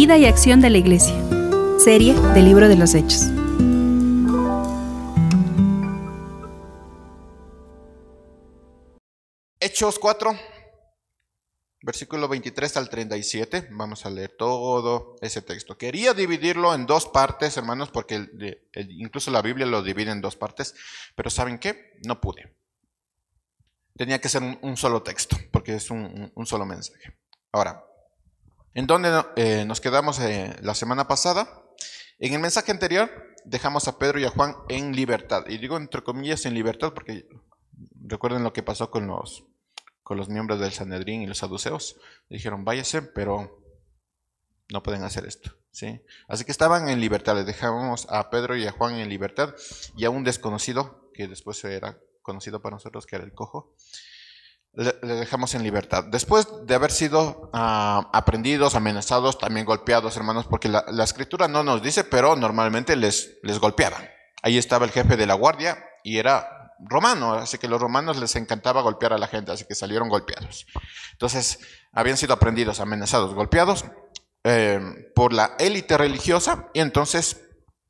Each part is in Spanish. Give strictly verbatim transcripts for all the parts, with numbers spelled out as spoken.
Vida y acción de la Iglesia. Serie del Libro de los Hechos. Hechos cuatro, versículo veintitrés al treinta y siete. Vamos a leer todo ese texto. Quería dividirlo en dos partes, hermanos, porque el, el, incluso la Biblia lo divide en dos partes, pero ¿saben qué? No pude. Tenía que ser un, un solo texto, porque es un, un, un solo mensaje. Ahora, ¿en dónde eh, nos quedamos eh, la semana pasada? En el mensaje anterior dejamos a Pedro y a Juan en libertad. Y digo entre comillas en libertad porque recuerden lo que pasó con los, con los miembros del Sanedrín y los saduceos. Dijeron, váyase, pero no pueden hacer esto, ¿sí? Así que estaban en libertad. Les dejamos a Pedro y a Juan en libertad y a un desconocido, que después era conocido para nosotros, que era el cojo. Le, le dejamos en libertad. Después de haber sido uh, aprendidos, amenazados, también golpeados, hermanos, porque la, la escritura no nos dice, pero normalmente les, les golpeaban. Ahí estaba el jefe de la guardia y era romano, así que a los romanos les encantaba golpear a la gente, así que salieron golpeados. Entonces, habían sido aprendidos, amenazados, golpeados eh, por la élite religiosa y entonces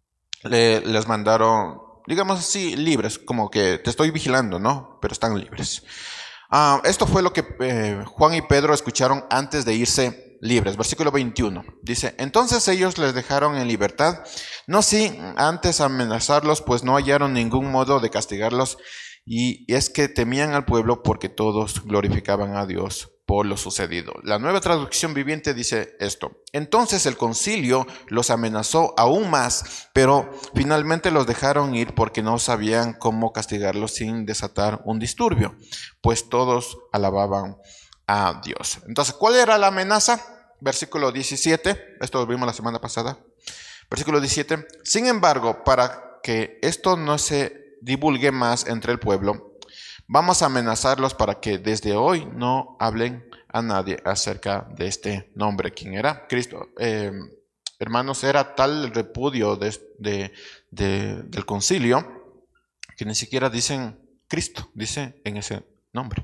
le, les mandaron, digamos así, libres, como que te estoy vigilando, ¿no? Pero están libres. Uh, esto fue lo que eh, Juan y Pedro escucharon antes de irse libres. Versículo veintiuno. Dice, entonces ellos les dejaron en libertad, no sin antes amenazarlos, pues no hallaron ningún modo de castigarlos, y es que temían al pueblo porque todos glorificaban a Dios por lo sucedido. La Nueva Traducción Viviente dice esto. Entonces el concilio los amenazó aún más, pero finalmente los dejaron ir porque no sabían cómo castigarlos sin desatar un disturbio, pues todos alababan a Dios. Entonces, ¿cuál era la amenaza? Versículo diecisiete, esto lo vimos la semana pasada. Versículo diecisiete, sin embargo, para que esto no se divulgue más entre el pueblo, vamos a amenazarlos para que desde hoy no hablen a nadie acerca de este nombre. ¿Quién era? Cristo. Eh, hermanos, era tal el repudio de, de, de, del concilio que ni siquiera dicen Cristo, dice en ese nombre.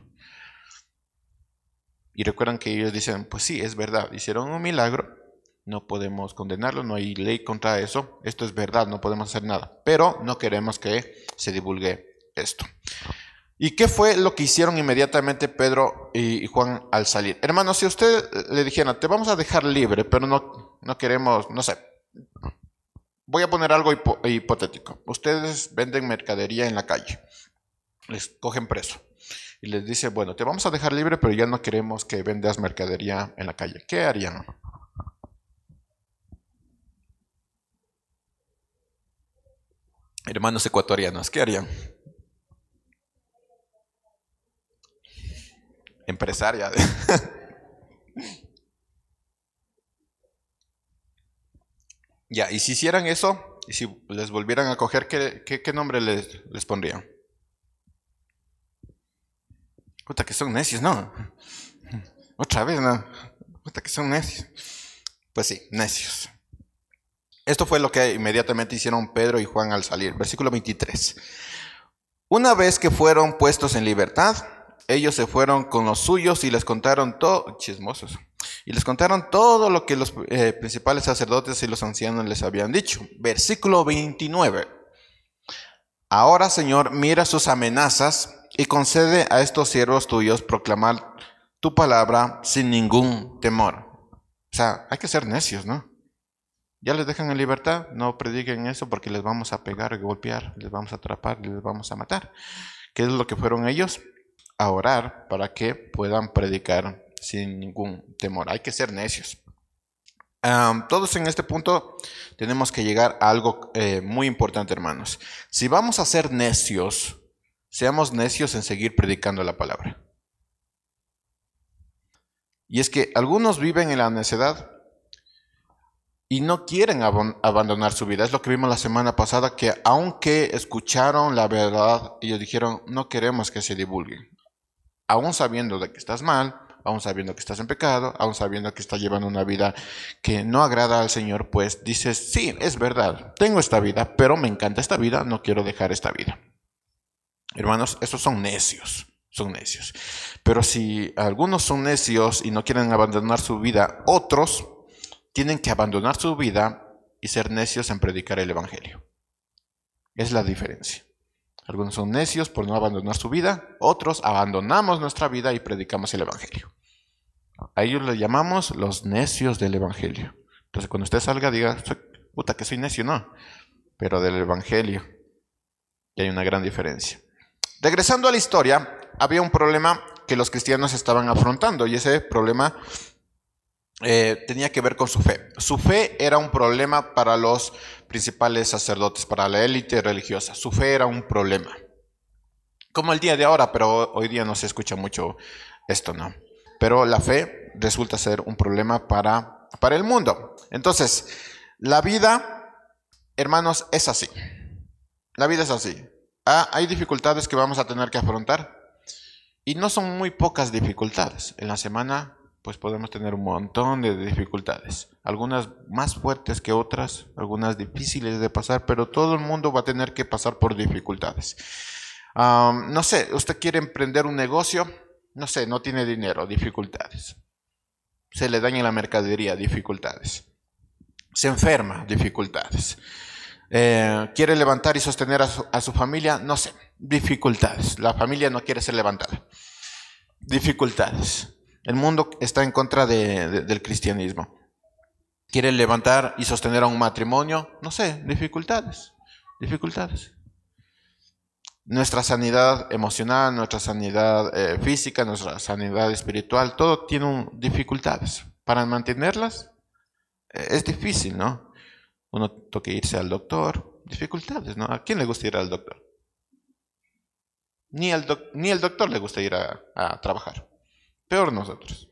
Y recuerdan que ellos dicen, pues sí, es verdad, hicieron un milagro, no podemos condenarlo, no hay ley contra eso, esto es verdad, no podemos hacer nada, pero no queremos que se divulgue esto. ¿Y qué fue lo que hicieron inmediatamente Pedro y Juan al salir? Hermanos, si usted le dijera, te vamos a dejar libre, pero no, no queremos, no sé, voy a poner algo hipo, hipotético. Ustedes venden mercadería en la calle, les cogen preso y les dice, bueno, te vamos a dejar libre, pero ya no queremos que vendas mercadería en la calle. ¿Qué harían? Hermanos ecuatorianos, ¿qué harían? Empresaria. Ya, y si hicieran eso, y si les volvieran a coger, ¿qué, qué, qué nombre les, les pondrían? Puta que son necios, ¿no? Otra vez, ¿no? Puta que son necios. Pues sí, necios. Esto fue lo que inmediatamente hicieron Pedro y Juan al salir. Versículo veintitrés. Una vez que fueron puestos en libertad, ellos se fueron con los suyos y les contaron todo, chismosos, y les contaron todo lo que los eh, principales sacerdotes y los ancianos les habían dicho. Versículo veintinueve. Ahora, Señor, mira sus amenazas y concede a estos siervos tuyos proclamar tu palabra sin ningún temor. O sea, hay que ser necios, ¿no? Ya les dejan en libertad, no prediquen eso porque les vamos a pegar, golpear, les vamos a atrapar, les vamos a matar. ¿Qué es lo que fueron ellos? A orar para que puedan predicar sin ningún temor. Hay que ser necios. Um, todos en este punto tenemos que llegar a algo eh, muy importante, hermanos. Si vamos a ser necios, seamos necios en seguir predicando la palabra. Y es que algunos viven en la necedad y no quieren ab- abandonar su vida. Es lo que vimos la semana pasada, que aunque escucharon la verdad, ellos dijeron, no queremos que se divulgue. Aún sabiendo de que estás mal, aún sabiendo que estás en pecado, aún sabiendo que estás llevando una vida que no agrada al Señor, pues dices, sí, es verdad, tengo esta vida, pero me encanta esta vida, no quiero dejar esta vida. Hermanos, esos son necios, son necios. Pero si algunos son necios y no quieren abandonar su vida, otros tienen que abandonar su vida y ser necios en predicar el Evangelio. Es la diferencia. Algunos son necios por no abandonar su vida, otros abandonamos nuestra vida y predicamos el Evangelio. A ellos les llamamos los necios del Evangelio. Entonces cuando usted salga diga, puta que soy necio, no, pero del Evangelio. Y hay una gran diferencia. Regresando a la historia, había un problema que los cristianos estaban afrontando y ese problema eh, tenía que ver con su fe. Su fe era un problema para los principales sacerdotes, para la élite religiosa. Su fe era un problema. Como el día de ahora, pero hoy día no se escucha mucho esto, ¿no? Pero la fe resulta ser un problema para, para el mundo. Entonces, la vida, hermanos, es así. La vida es así. Ah, hay dificultades que vamos a tener que afrontar. Y no son muy pocas dificultades. En la semana, pues podemos tener un montón de dificultades. Algunas más fuertes que otras, algunas difíciles de pasar, pero todo el mundo va a tener que pasar por dificultades. Um, no sé, usted quiere emprender un negocio, no sé, no tiene dinero, dificultades. Se le daña la mercadería, dificultades. Se enferma, dificultades. Eh, quiere levantar y sostener a su, a su familia, no sé, dificultades. La familia no quiere ser levantada. Dificultades. El mundo está en contra de, de, del cristianismo. Quiere levantar y sostener a un matrimonio, no sé, dificultades. Dificultades. Nuestra sanidad emocional, nuestra sanidad eh, física, nuestra sanidad espiritual, todo tiene un, dificultades. Para mantenerlas eh, es difícil, ¿no? Uno toca irse al doctor, dificultades, ¿no? ¿A quién le gusta ir al doctor? Ni al, doc ni al doctor le gusta ir a, a trabajar. Peor nosotros.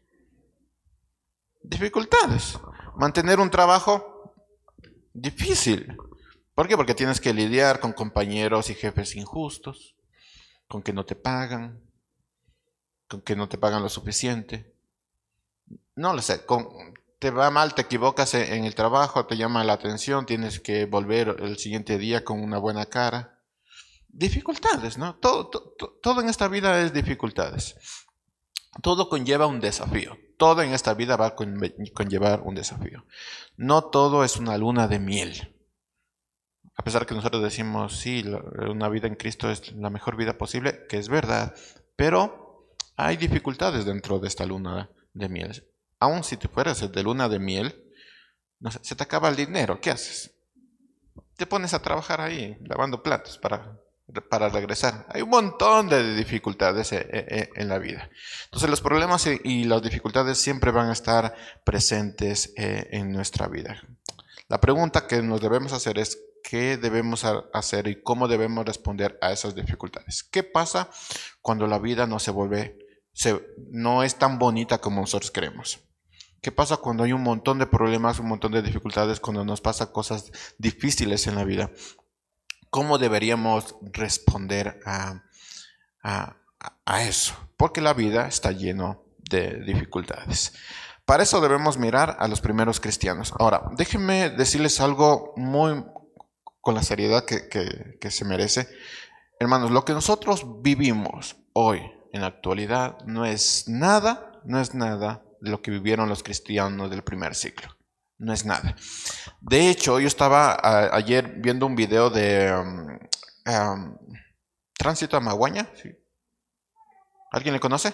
Dificultades. Mantener un trabajo difícil. ¿Por qué? Porque tienes que lidiar con compañeros y jefes injustos, con que no te pagan, con que no te pagan lo suficiente. No lo sé, con, te va mal, te equivocas en el trabajo, te llama la atención, tienes que volver el siguiente día con una buena cara. Dificultades, ¿no? Todo, todo, todo en esta vida es dificultades. Todo conlleva un desafío. Todo en esta vida va a conllevar un desafío. No todo es una luna de miel. A pesar que nosotros decimos, sí, una vida en Cristo es la mejor vida posible, que es verdad, pero hay dificultades dentro de esta luna de miel. Aún si te fueras de luna de miel, no sé, se te acaba el dinero, ¿qué haces? Te pones a trabajar ahí, lavando platos para, para regresar. Hay un montón de dificultades en la vida. Entonces los problemas y las dificultades siempre van a estar presentes en nuestra vida. La pregunta que nos debemos hacer es, ¿qué debemos hacer y cómo debemos responder a esas dificultades? ¿Qué pasa cuando la vida no se vuelve, se, no es tan bonita como nosotros creemos? ¿Qué pasa cuando hay un montón de problemas, un montón de dificultades, cuando nos pasan cosas difíciles en la vida? ¿Cómo deberíamos responder a, a, a eso? Porque la vida está llena de dificultades. Para eso debemos mirar a los primeros cristianos. Ahora, déjenme decirles algo muy con la seriedad que, que, que se merece. Hermanos, lo que nosotros vivimos hoy en la actualidad no es nada, no es nada de lo que vivieron los cristianos del primer siglo. No es nada. De hecho, yo estaba a, ayer viendo un video de um, um, Tránsito a Maguaña. ¿Sí? ¿Alguien le conoce?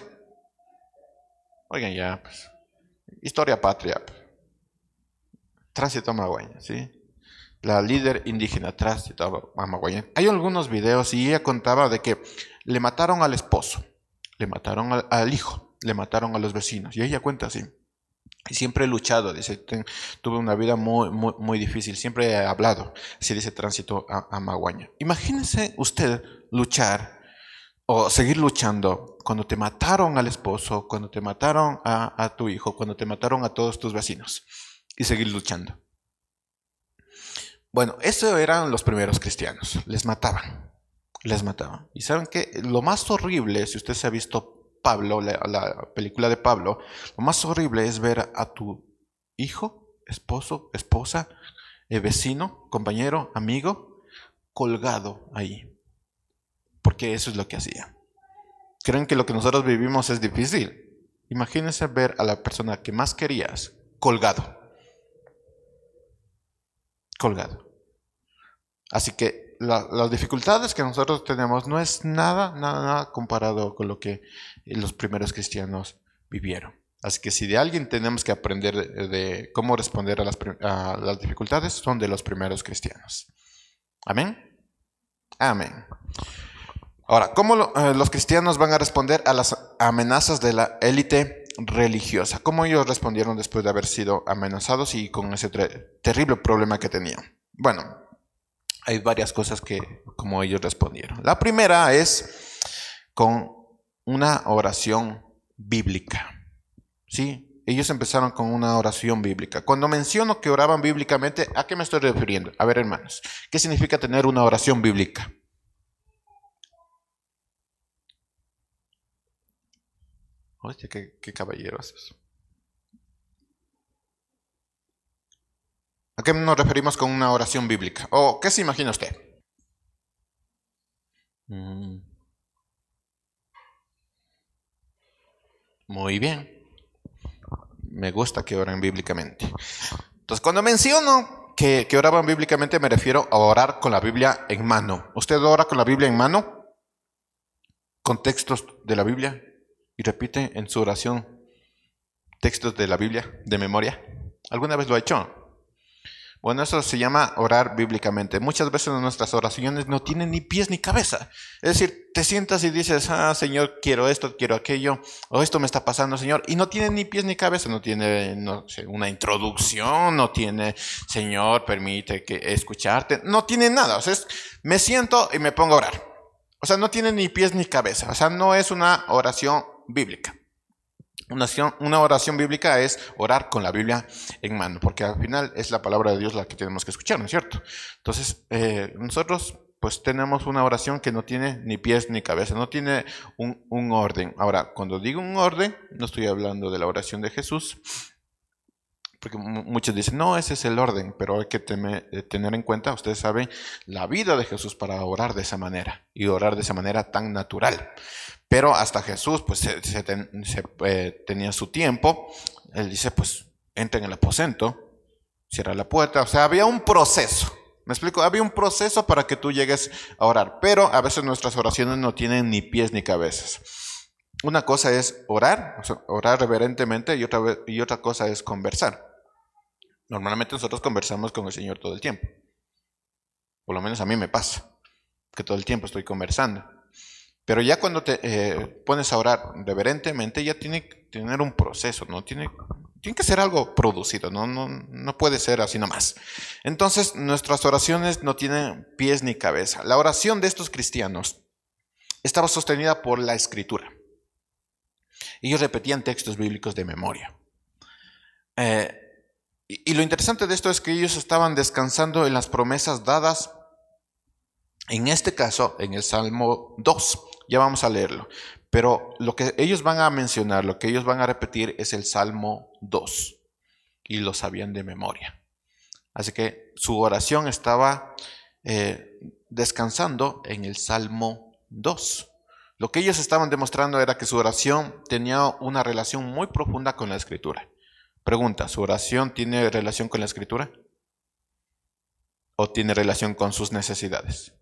Oigan ya, pues, Historia Patria. Tránsito a Maguaña, ¿sí? La líder indígena Tránsito a Maguaña. Hay algunos videos y ella contaba de que le mataron al esposo, le mataron al, al hijo, le mataron a los vecinos. Y ella cuenta así. Y siempre he luchado, dice, ten, tuve una vida muy, muy, muy difícil, siempre he hablado, así dice Tránsito a, a Maguaña. Imagínese usted luchar o seguir luchando cuando te mataron al esposo, cuando te mataron a, a tu hijo, cuando te mataron a todos tus vecinos y seguir luchando. Bueno, eso eran los primeros cristianos, les mataban, les mataban. Y saben que lo más horrible, si usted se ha visto Pablo, la, la película de Pablo, lo más horrible es ver a tu hijo, esposo, esposa, eh, vecino, compañero, amigo, colgado ahí. Porque eso es lo que hacía. ¿Creen que lo que nosotros vivimos es difícil? Imagínense ver a la persona que más querías colgado. colgado. Así que la, las dificultades que nosotros tenemos no es nada, nada, nada comparado con lo que los primeros cristianos vivieron. Así que si de alguien tenemos que aprender de, de cómo responder a las, a las dificultades, son de los primeros cristianos. Amén. Amén. Ahora, ¿cómo lo, eh, los cristianos van a responder a las amenazas de la élite religiosa? ¿Cómo ellos respondieron después de haber sido amenazados y con ese terrible problema que tenían? Bueno, hay varias cosas que como ellos respondieron. La primera es con una oración bíblica. ¿Sí? Ellos empezaron con una oración bíblica. Cuando menciono que oraban bíblicamente, ¿a qué me estoy refiriendo? A ver, hermanos, ¿qué significa tener una oración bíblica? Oye, qué, qué caballeros es. ¿A qué nos referimos con una oración bíblica? ¿O qué se imagina usted? Mm. Muy bien. Me gusta que oren bíblicamente. Entonces, cuando menciono que, que oraban bíblicamente, me refiero a orar con la Biblia en mano. ¿Usted ora con la Biblia en mano? ¿Con textos de la Biblia? Y repite en su oración textos de la Biblia de memoria. ¿Alguna vez lo ha hecho? Bueno, eso se llama orar bíblicamente. Muchas veces nuestras oraciones no tienen ni pies ni cabeza. Es decir, te sientas y dices, ah, Señor, quiero esto, quiero aquello, o esto me está pasando, Señor, y no tiene ni pies ni cabeza, no tiene no sé, una introducción, no tiene, Señor, permite que escucharte, no tiene nada. O sea, es, me siento y me pongo a orar. O sea, no tiene ni pies ni cabeza. O sea, no es una oración bíblica. Una oración, una oración bíblica es orar con la Biblia en mano, porque al final es la palabra de Dios la que tenemos que escuchar, ¿no es cierto? Entonces, eh, nosotros pues tenemos una oración que no tiene ni pies ni cabeza, no tiene un, un orden. Ahora, cuando digo un orden, no estoy hablando de la oración de Jesús, porque muchos dicen, no, ese es el orden, pero hay que temer, tener en cuenta, ustedes saben, la vida de Jesús para orar de esa manera, y orar de esa manera tan natural. Pero hasta Jesús, pues, se, se, ten, se eh, tenía su tiempo. Él dice, pues, entra en el aposento, cierra la puerta. O sea, había un proceso. ¿Me explico? Había un proceso para que tú llegues a orar. Pero a veces nuestras oraciones no tienen ni pies ni cabezas. Una cosa es orar, o sea, orar reverentemente, y otra, y otra cosa es conversar. Normalmente nosotros conversamos con el Señor todo el tiempo. Por lo menos a mí me pasa, que todo el tiempo estoy conversando. Pero ya cuando te eh, pones a orar reverentemente, ya tiene que tener un proceso, ¿no? Tiene, tiene que ser algo producido, ¿no? No, no puede ser así nomás. Entonces, nuestras oraciones no tienen pies ni cabeza. La oración de estos cristianos estaba sostenida por la Escritura. Ellos repetían textos bíblicos de memoria. Eh, y, y lo interesante de esto es que ellos estaban descansando en las promesas dadas, en este caso, en el Salmo dos. Ya vamos a leerlo. Pero lo que ellos van a mencionar, lo que ellos van a repetir es el Salmo dos. Y lo sabían de memoria. Así que su oración estaba eh, descansando en el Salmo dos. Lo que ellos estaban demostrando era que su oración tenía una relación muy profunda con la Escritura. Pregunta, ¿su oración tiene relación con la Escritura? ¿O tiene relación con sus necesidades?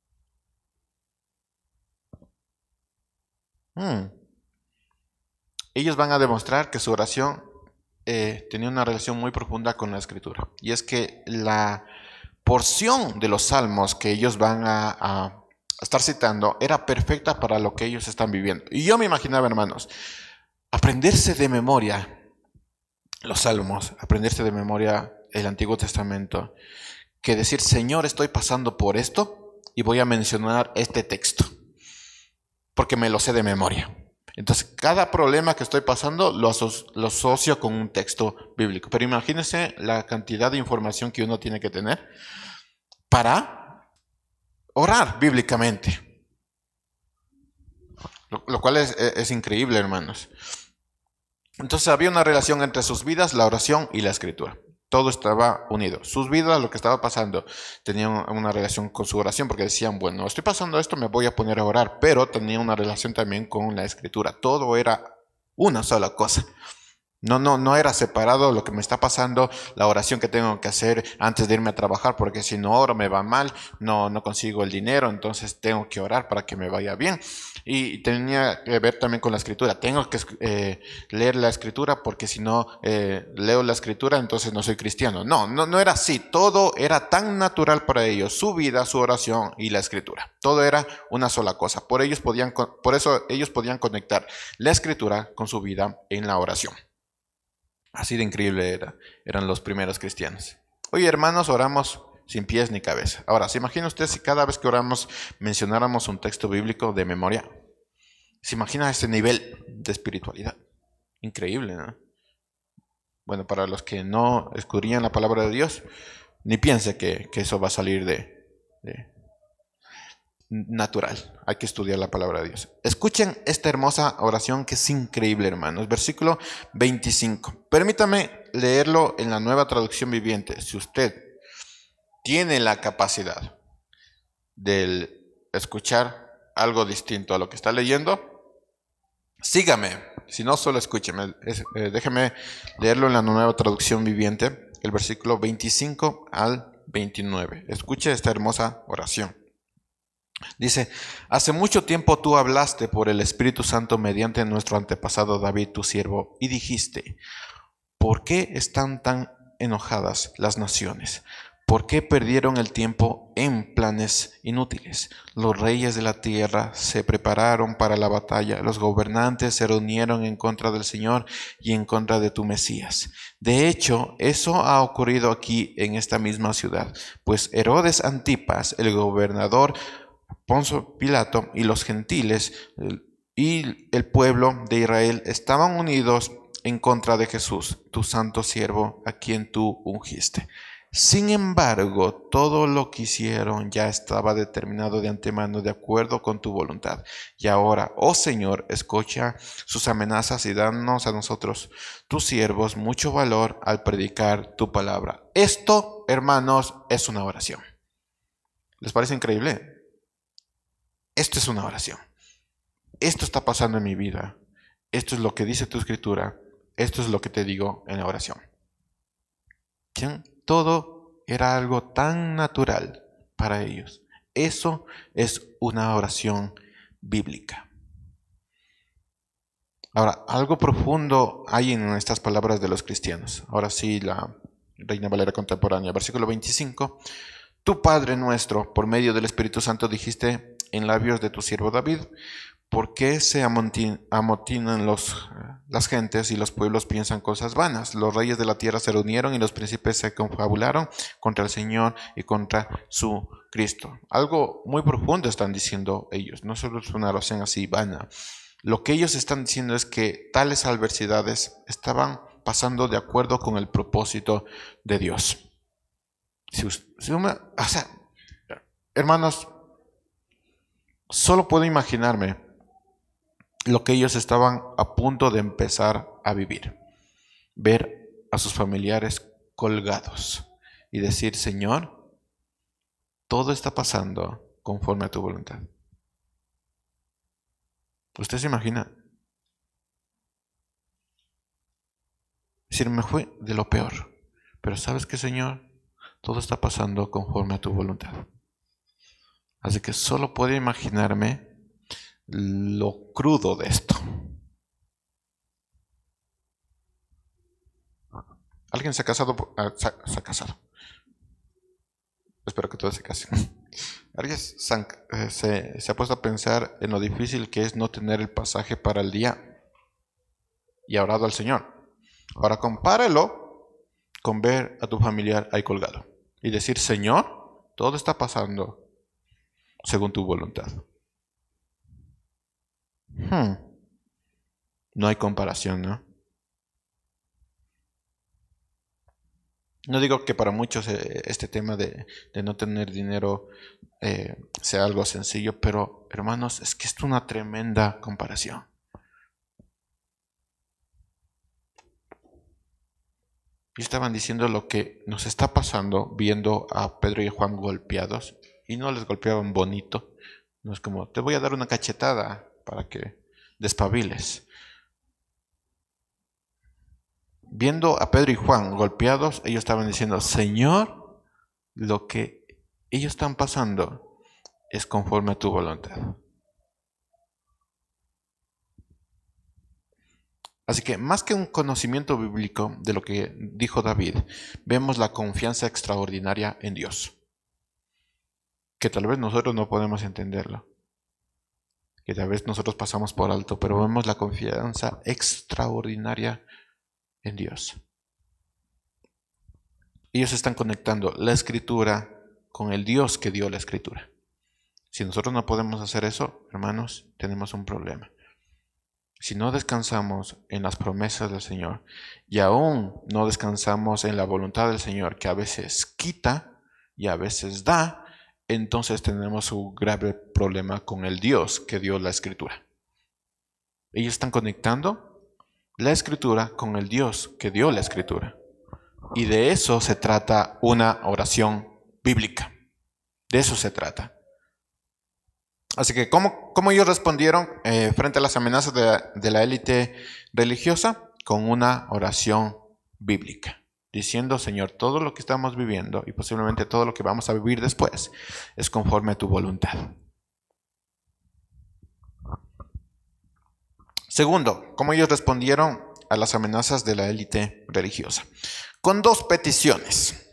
Hmm. Ellos van a demostrar que su oración eh, tenía una relación muy profunda con la Escritura. Y es que la porción de los salmos que ellos van a, a estar citando era perfecta para lo que ellos están viviendo. Y yo me imaginaba, hermanos, aprenderse de memoria los salmos, aprenderse de memoria el Antiguo Testamento, que decir, Señor, estoy pasando por esto y voy a mencionar este texto, porque me lo sé de memoria. Entonces, cada problema que estoy pasando lo, aso- lo asocio con un texto bíblico. Pero imagínense la cantidad de información que uno tiene que tener para orar bíblicamente. Lo, lo cual es, es increíble, hermanos. Entonces, había una relación entre sus vidas, la oración y la Escritura. Todo estaba unido. Sus vidas, lo que estaba pasando, tenían una relación con su oración, porque decían, bueno, estoy pasando esto, me voy a poner a orar, pero tenía una relación también con la Escritura. Todo era una sola cosa. No, no, no era separado lo que me está pasando, la oración que tengo que hacer antes de irme a trabajar, porque si no oro me va mal, no, no consigo el dinero, entonces tengo que orar para que me vaya bien. Y tenía que ver también con la escritura, tengo que eh, leer la escritura porque si no eh, leo la escritura entonces no soy cristiano. No, no, no era así, todo era tan natural para ellos, su vida, su oración y la escritura. Todo era una sola cosa, por, ellos podían, por eso ellos podían conectar la escritura con su vida en la oración. Así de increíble era, eran los primeros cristianos. Oye, hermanos, oramos sin pies ni cabeza. Ahora, ¿se imagina usted si cada vez que oramos mencionáramos un texto bíblico de memoria? ¿Se imagina ese nivel de espiritualidad? Increíble, ¿no? Bueno, para los que no escudriñan la palabra de Dios, ni piense que, que eso va a salir de, de natural. Hay que estudiar la palabra de Dios. Escuchen esta hermosa oración que es increíble, hermanos. Versículo veinticinco. Permítame leerlo en la Nueva Traducción Viviente. Si usted tiene la capacidad de escuchar algo distinto a lo que está leyendo, sígame. Si no, solo escúcheme. Es, eh, déjeme leerlo en la Nueva Traducción Viviente, el versículo veinticinco al veintinueve. Escuche esta hermosa oración. Dice, hace mucho tiempo tú hablaste por el Espíritu Santo mediante nuestro antepasado David, tu siervo, y dijiste, ¿por qué están tan enojadas las naciones? ¿Por qué perdieron el tiempo en planes inútiles? Los reyes de la tierra se prepararon para la batalla, los gobernantes se reunieron en contra del Señor y en contra de tu Mesías. De hecho, eso ha ocurrido aquí en esta misma ciudad, pues Herodes Antipas, el gobernador, Poncio Pilato y los gentiles y el pueblo de Israel estaban unidos en contra de Jesús, tu santo siervo, a quien tú ungiste. Sin embargo, todo lo que hicieron ya estaba determinado de antemano de acuerdo con tu voluntad. Y ahora, oh Señor, escucha sus amenazas y danos a nosotros, tus siervos, mucho valor al predicar tu palabra. Esto, hermanos, es una oración. ¿Les parece increíble? Esto es una oración. Esto está pasando en mi vida. Esto es lo que dice tu escritura. Esto es lo que te digo en la oración. ¿Sí? Todo era algo tan natural para ellos. Eso es una oración bíblica. Ahora, algo profundo hay en estas palabras de los cristianos. Ahora sí, la Reina Valera contemporánea. Versículo veinticinco. Tu Padre nuestro, por medio del Espíritu Santo, dijiste en labios de tu siervo David, ¿por qué se amotinan los, las gentes y los pueblos piensan cosas vanas? Los reyes de la tierra se reunieron y los príncipes se confabularon contra el Señor y contra su Cristo. Algo muy profundo están diciendo ellos, no solo es una oración así vana. Lo que ellos están diciendo es que tales adversidades estaban pasando de acuerdo con el propósito de Dios. Si, si una, o sea, hermanos, solo puedo imaginarme lo que ellos estaban a punto de empezar a vivir. Ver a sus familiares colgados y decir, Señor, todo está pasando conforme a tu voluntad. ¿Usted se imagina? Es decir, me fue de lo peor. Pero ¿sabes qué, Señor? Todo está pasando conforme a tu voluntad. Así que solo puedo imaginarme lo crudo de esto. ¿Alguien se ha casado? Ah, se, ha, se ha casado. Espero que todos se casen. ¿Alguien se, eh, se, se ha puesto a pensar en lo difícil que es no tener el pasaje para el día y ha orado al Señor? Ahora compárelo con ver a tu familiar ahí colgado y decir, Señor, todo está pasando según tu voluntad. Hmm. No hay comparación, ¿no? No digo que para muchos eh, este tema de, de no tener dinero eh, sea algo sencillo, pero hermanos, es que es una tremenda comparación. Y estaban diciendo lo que nos está pasando viendo a Pedro y Juan golpeados, y no les golpeaban bonito. No es como, te voy a dar una cachetada para que despabiles. viendo a Pedro y Juan golpeados, ellos estaban diciendo, Señor, lo que ellos están pasando es conforme a tu voluntad. Así que más que un conocimiento bíblico de lo que dijo David, vemos la confianza extraordinaria en Dios, que tal vez nosotros no podemos entenderlo, que tal vez nosotros pasamos por alto, pero vemos la confianza extraordinaria en Dios. Ellos están conectando la escritura con el Dios que dio la escritura. Si nosotros no podemos hacer eso, hermanos, tenemos un problema. Si no descansamos en las promesas del Señor y aún no descansamos en la voluntad del Señor, que a veces quita y a veces da, entonces tenemos un grave problema con el Dios que dio la escritura. Ellos están conectando la escritura con el Dios que dio la escritura. Y de eso se trata una oración bíblica. De eso se trata. Así que, ¿cómo, cómo ellos respondieron eh, frente a las amenazas de la, de la élite religiosa? Con una oración bíblica, diciendo, Señor, todo lo que estamos viviendo y posiblemente todo lo que vamos a vivir después es conforme a tu voluntad. Segundo, ¿cómo ellos respondieron a las amenazas de la élite religiosa? Con dos peticiones.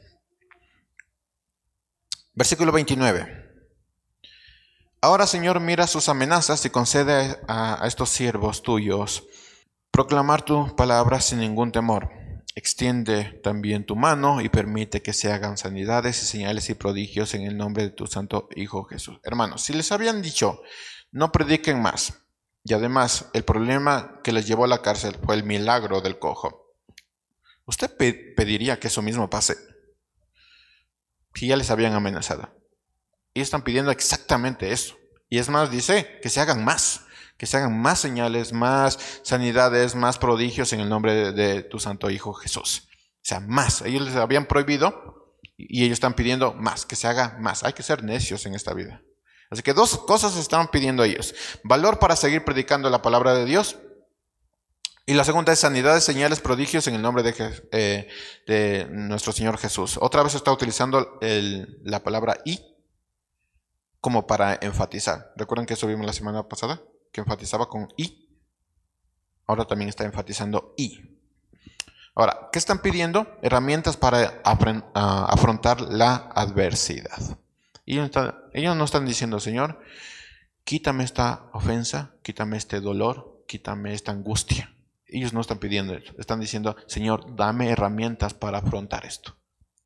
Versículo veintinueve. Ahora, Señor, mira sus amenazas y concede a, a estos siervos tuyos proclamar tu palabra sin ningún temor. Extiende también tu mano y permite que se hagan sanidades y señales y prodigios en el nombre de tu santo Hijo Jesús. Hermanos, si les habían dicho, no prediquen más, y además el problema que les llevó a la cárcel fue el milagro del cojo, ¿usted pe- pediría que eso mismo pase? Si ya les habían amenazado. Ellos están pidiendo exactamente eso. Y es más, dice que se hagan más. Que se hagan más señales, más sanidades, más prodigios en el nombre de, de tu santo Hijo Jesús. O sea, más. Ellos les habían prohibido y ellos están pidiendo más. Que se haga más. Hay que ser necios en esta vida. Así que dos cosas estaban pidiendo ellos. Valor para seguir predicando la palabra de Dios. Y la segunda es sanidades, señales, prodigios en el nombre de, eh, de nuestro Señor Jesús. Otra vez está utilizando el, la palabra y como para enfatizar. ¿Recuerdan que eso vimos la semana pasada? Que enfatizaba con y. Ahora también está enfatizando y. Ahora, ¿qué están pidiendo? Herramientas para afrontar la adversidad. Y ellos, están, ellos no están diciendo, Señor, quítame esta ofensa, quítame este dolor, quítame esta angustia. Ellos no están pidiendo eso. Están diciendo, Señor, dame herramientas para afrontar esto.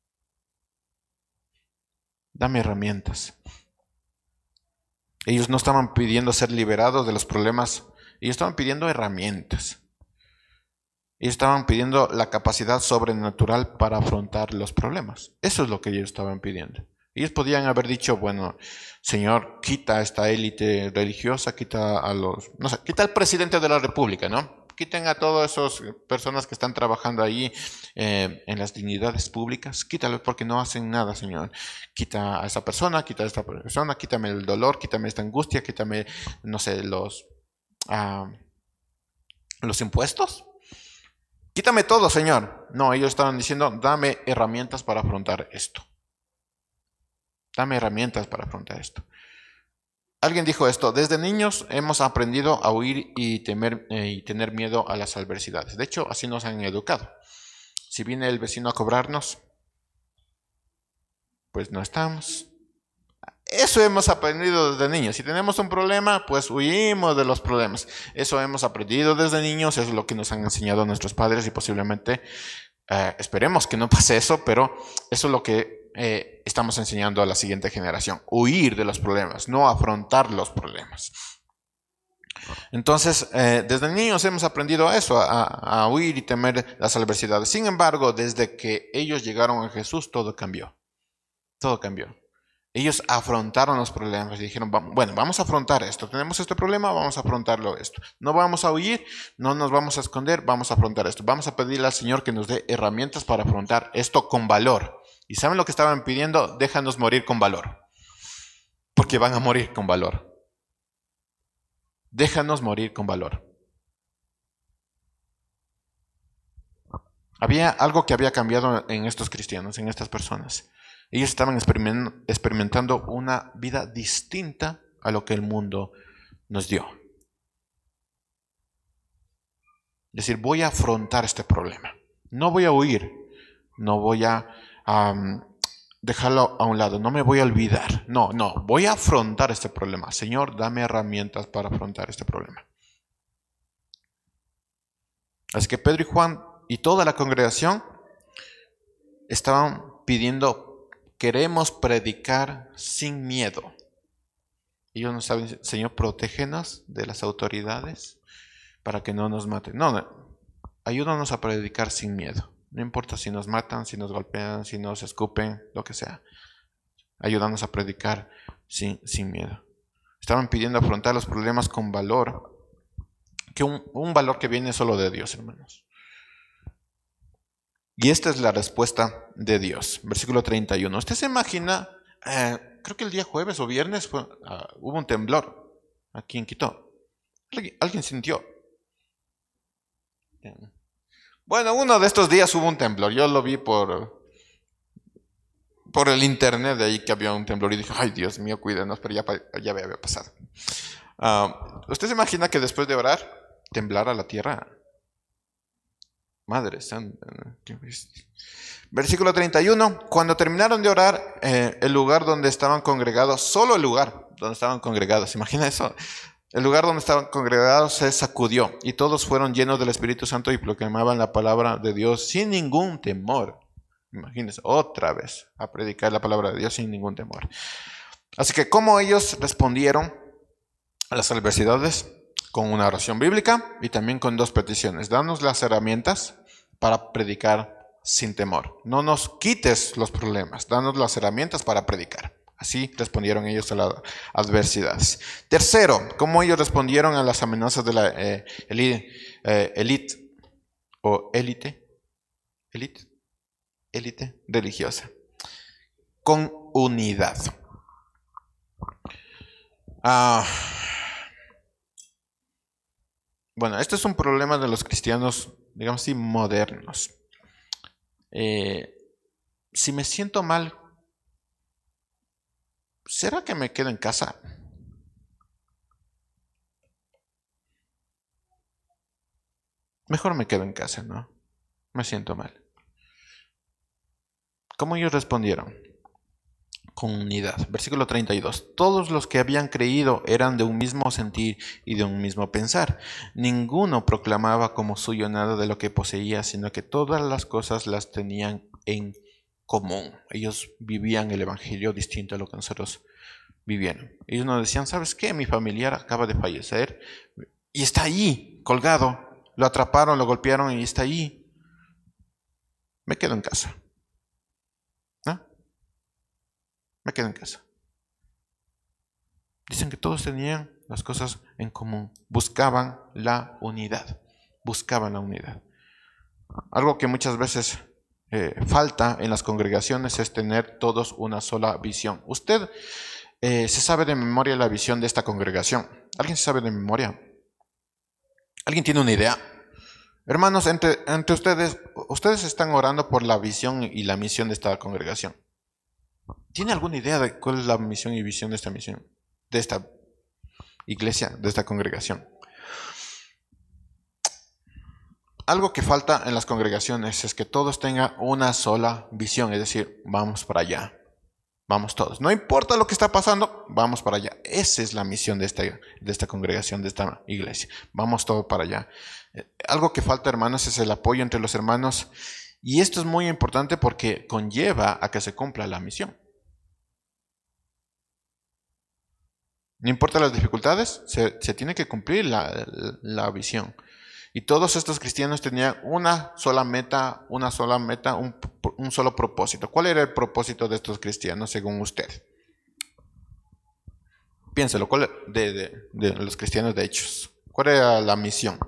Dame herramientas. Ellos no estaban pidiendo ser liberados de los problemas. Ellos estaban pidiendo herramientas. Ellos estaban pidiendo la capacidad sobrenatural para afrontar los problemas. Eso es lo que ellos estaban pidiendo. Ellos podían haber dicho, bueno, Señor, quita a esta élite religiosa, quita a los, no sé, quita al presidente de la República, ¿no? Quiten a todas esas personas que están trabajando ahí eh, en las dignidades públicas. Quítalos porque no hacen nada, Señor. Quita a esa persona, quita a esta persona, quítame el dolor, quítame esta angustia, quítame, no sé, los, uh, los impuestos. Quítame todo, Señor. No, ellos estaban diciendo, dame herramientas para afrontar esto. Dame herramientas para afrontar esto. Alguien dijo esto, desde niños hemos aprendido a huir y, temer, eh, y tener miedo a las adversidades. De hecho, así nos han educado. Si viene el vecino a cobrarnos, pues no estamos. Eso hemos aprendido desde niños. Si tenemos un problema, pues huimos de los problemas. Eso hemos aprendido desde niños, eso es lo que nos han enseñado nuestros padres y posiblemente, eh, esperemos que no pase eso, pero eso es lo que Eh, estamos enseñando a la siguiente generación, huir de los problemas, no afrontar los problemas. Entonces, eh, desde niños hemos aprendido eso, a, a huir y temer las adversidades. Sin embargo, desde que ellos llegaron a Jesús, todo cambió. Todo cambió. Ellos afrontaron los problemas y dijeron, bueno, vamos a afrontar esto. Tenemos este problema, vamos a afrontarlo esto. No vamos a huir, no nos vamos a esconder, vamos a afrontar esto. Vamos a pedirle al Señor que nos dé herramientas para afrontar esto con valor. ¿Y saben lo que estaban pidiendo? Déjanos morir con valor. Porque van a morir con valor. Déjanos morir con valor. Había algo que había cambiado en estos cristianos, en estas personas. Ellos estaban experimentando una vida distinta a lo que el mundo nos dio. Es decir, voy a afrontar este problema. No voy a huir. No voy a um, dejarlo a un lado. No me voy a olvidar. No, no. Voy a afrontar este problema. Señor, dame herramientas para afrontar este problema. Así que Pedro y Juan y toda la congregación estaban pidiendo, queremos predicar sin miedo. Ellos no saben, Señor, protégenos de las autoridades para que no nos maten. No, no, ayúdanos a predicar sin miedo. No importa si nos matan, si nos golpean, si nos escupen, lo que sea. Ayúdanos a predicar sin, sin miedo. Estaban pidiendo afrontar los problemas con valor, que un, un valor que viene solo de Dios, hermanos. Y esta es la respuesta de Dios. Versículo treinta y uno. Usted se imagina, eh, creo que el día jueves o viernes fue, uh, hubo un temblor aquí en Quito. ¿Alguien, alguien sintió? Bueno, uno de estos días hubo un temblor. Yo lo vi por, por el internet de ahí que había un temblor y dije, ay Dios mío, cuídenos, pero ya, ya me había pasado. Uh, ¿Usted se imagina que después de orar temblara la tierra? Madre santa. Versículo treinta y uno. Cuando terminaron de orar, eh, el lugar donde estaban congregados, solo el lugar donde estaban congregados, ¿imagina eso? El lugar donde estaban congregados se sacudió y todos fueron llenos del Espíritu Santo y proclamaban la palabra de Dios sin ningún temor. Imagínense, otra vez a predicar la palabra de Dios sin ningún temor. Así que, ¿cómo ellos respondieron a las adversidades? Con una oración bíblica y también con dos peticiones. Danos las herramientas para predicar sin temor. No nos quites los problemas, danos las herramientas para predicar. Así respondieron ellos a las adversidades. Tercero, ¿cómo ellos respondieron a las amenazas de la eh, élite eh, elite, o élite? Élite, élite religiosa. Con unidad. Ah... Bueno, este es un problema de los cristianos, digamos así, modernos. Eh, si me siento mal, ¿será que me quedo en casa? Mejor me quedo en casa, ¿no? Me siento mal. ¿Cómo ellos respondieron? Con unidad. Versículo treinta y dos. Todos los que habían creído eran de un mismo sentir y de un mismo pensar. Ninguno proclamaba como suyo nada de lo que poseía, sino que todas las cosas las tenían en común. Ellos vivían el evangelio distinto a lo que nosotros vivieron. Ellos nos decían, ¿sabes qué? Mi familiar acaba de fallecer y está ahí, colgado. Lo atraparon, lo golpearon y está ahí. Me quedo en casa. Me quedo en casa. Dicen que todos tenían las cosas en común. Buscaban la unidad. Buscaban la unidad. Algo que muchas veces eh, falta en las congregaciones es tener todos una sola visión. Usted eh, se sabe de memoria la visión de esta congregación. ¿Alguien se sabe de memoria? ¿Alguien tiene una idea? Hermanos, entre, entre ustedes, ustedes están orando por la visión y la misión de esta congregación. ¿Tiene alguna idea de cuál es la misión y visión de esta misión, de esta iglesia, de esta congregación? Algo que falta en las congregaciones es que todos tengan una sola visión, es decir, vamos para allá, vamos todos. No importa lo que está pasando, vamos para allá. Esa es la misión de esta, de esta congregación, de esta iglesia. Vamos todos para allá. Algo que falta, hermanos, es el apoyo entre los hermanos. Y esto es muy importante porque conlleva a que se cumpla la misión. No importa las dificultades, se, se tiene que cumplir la, la visión. Y todos estos cristianos tenían una sola meta, una sola meta, un, un solo propósito. ¿Cuál era el propósito de estos cristianos según usted? Piénselo, ¿cuál de, de, de los cristianos de Hechos? ¿Cuál era la misión?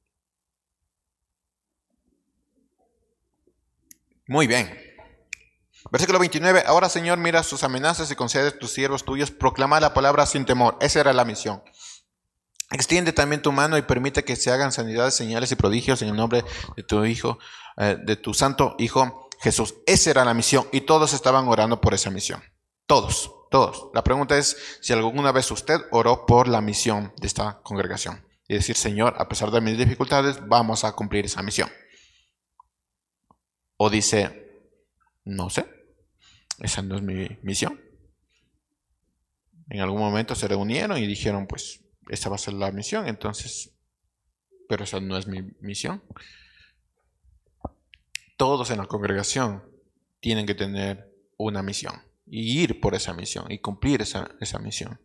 Muy bien. Versículo veintinueve. Ahora, Señor, mira sus amenazas y concede a tus siervos tuyos proclamar la palabra sin temor. Esa era la misión. Extiende también tu mano y permite que se hagan sanidades, señales y prodigios en el nombre de tu Hijo, eh, de tu Santo Hijo Jesús. Esa era la misión y todos estaban orando por esa misión. Todos, todos. La pregunta es si alguna vez usted oró por la misión de esta congregación. Y decir, Señor, a pesar de mis dificultades, vamos a cumplir esa misión. O dice, no sé, esa no es mi misión. En algún momento se reunieron y dijeron, pues, esa va a ser la misión, entonces, pero esa no es mi misión. Todos en la congregación tienen que tener una misión y ir por esa misión y cumplir esa, esa misión.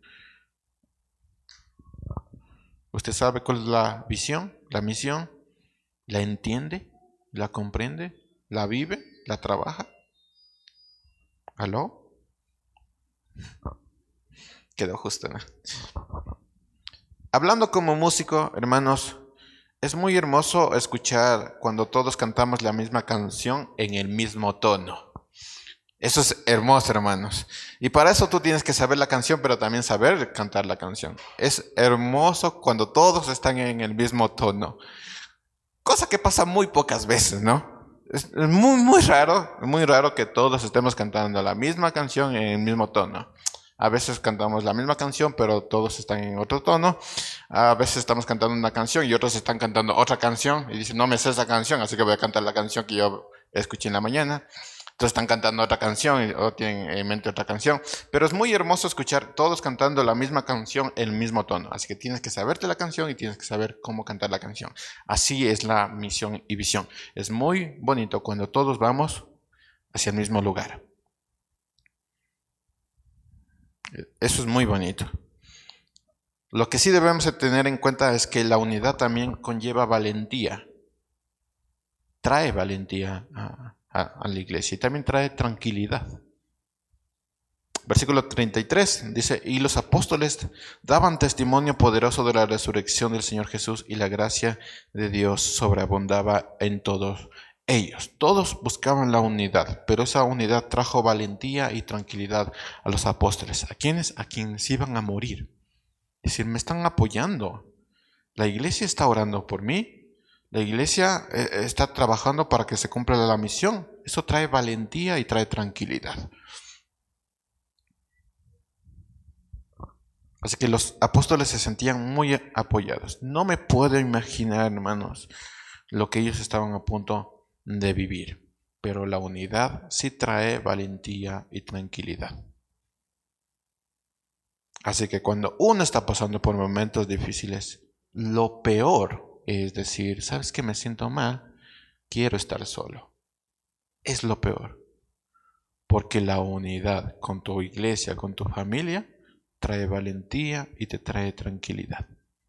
¿Usted sabe cuál es la visión, la misión? ¿La entiende? ¿La comprende? ¿La vive? ¿La trabaja? ¿Aló? Quedó justo, ¿no? Hablando como músico, hermanos, es muy hermoso escuchar cuando todos cantamos la misma canción en el mismo tono. Eso es hermoso, hermanos. Y para eso tú tienes que saber la canción, pero también saber cantar la canción. Es hermoso cuando todos están en el mismo tono. Cosa que pasa muy pocas veces, ¿no? Es muy, muy raro, muy raro que todos estemos cantando la misma canción en el mismo tono. A veces cantamos la misma canción, pero todos están en otro tono. A veces estamos cantando una canción y otros están cantando otra canción. Y dicen, no me sé esa canción, así que voy a cantar la canción que yo escuché en la mañana. Entonces están cantando otra canción o tienen en mente otra canción. Pero es muy hermoso escuchar todos cantando la misma canción en el mismo tono. Así que tienes que saberte la canción y tienes que saber cómo cantar la canción. Así es la misión y visión. Es muy bonito cuando todos vamos hacia el mismo lugar. Eso es muy bonito. Lo que sí debemos de tener en cuenta es que la unidad también conlleva valentía. Trae valentía a, a, a la iglesia y también trae tranquilidad. Versículo treinta y tres dice, y los apóstoles daban testimonio poderoso de la resurrección del Señor Jesús y la gracia de Dios sobreabundaba en todos ellos. Todos buscaban la unidad, pero esa unidad trajo valentía y tranquilidad a los apóstoles. ¿A quiénes? A quienes iban a morir. Es decir, me están apoyando. La iglesia está orando por mí. La iglesia eh, está trabajando para que se cumpla la misión. Eso trae valentía y trae tranquilidad. Así que los apóstoles se sentían muy apoyados. No me puedo imaginar, hermanos, lo que ellos estaban a punto de vivir. Pero la unidad sí trae valentía y tranquilidad. Así que cuando uno está pasando por momentos difíciles, lo peor es decir, ¿sabes qué? Me siento mal, quiero estar solo. Es lo peor. Porque la unidad con tu iglesia, con tu familia, trae valentía y te trae tranquilidad.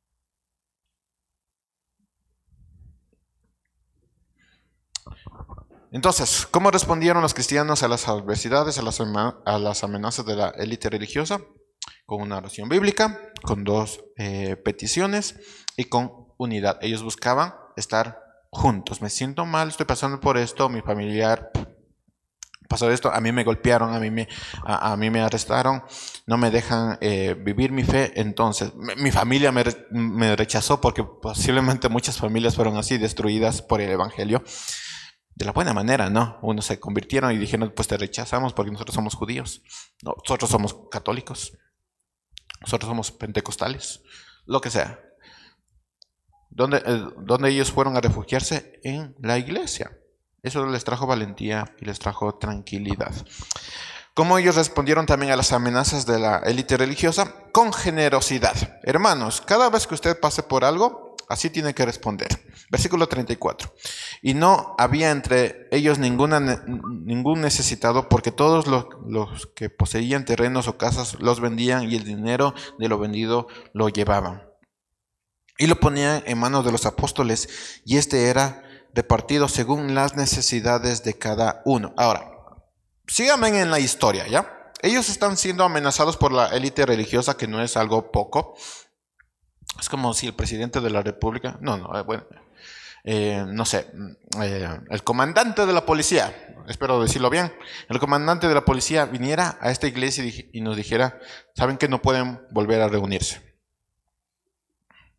Entonces, ¿cómo respondieron los cristianos a las adversidades, a las, a las amenazas de la élite religiosa? Con una oración bíblica, con dos eh, peticiones y con unidad. Ellos buscaban estar juntos. Me siento mal, estoy pasando por esto, mi familiar pasó esto, a mí me golpearon, a mí me, a, a mí me arrestaron, no me dejan eh, vivir mi fe. Entonces, mi, mi familia me, me rechazó porque posiblemente muchas familias fueron así, destruidas por el evangelio. De la buena manera, ¿no? Unos se convirtieron y dijeron, pues te rechazamos porque nosotros somos judíos, nosotros somos católicos, nosotros somos pentecostales, lo que sea. ¿Dónde, eh, ¿Dónde ellos fueron a refugiarse? En la iglesia. Eso les trajo valentía y les trajo tranquilidad. ¿Cómo ellos respondieron también a las amenazas de la élite religiosa? Con generosidad. Hermanos, cada vez que usted pase por algo, así tiene que responder. Versículo treinta y cuatro. Y no había entre ellos ninguna, ningún necesitado, porque todos los, los que poseían terrenos o casas los vendían y el dinero de lo vendido lo llevaban. Y lo ponían en manos de los apóstoles, y este era repartido según las necesidades de cada uno. Ahora, síganme en la historia, ¿ya? Ellos están siendo amenazados por la élite religiosa, que no es algo poco. Es como si el presidente de la república, no, no, bueno, eh, no sé, eh, el comandante de la policía, espero decirlo bien, el comandante de la policía viniera a esta iglesia y, y nos dijera, ¿saben que no pueden volver a reunirse?